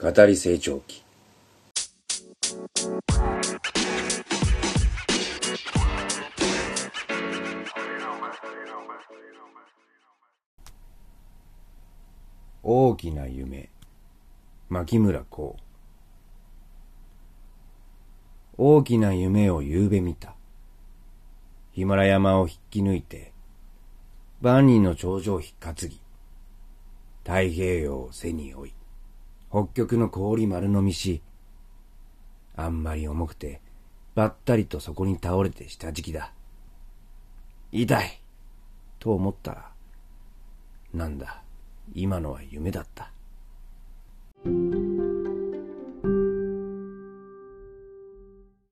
語り成長期。大きな夢、牧村幸。大きな夢を夕べ見た。ヒマラヤ山を引き抜いて、万里の長城を引っ担ぎ、太平洋を背に追い、北極の氷丸飲みし、あんまり重くて、ばったりとそこに倒れて下敷きだ。痛いと思ったら、なんだ、今のは夢だった。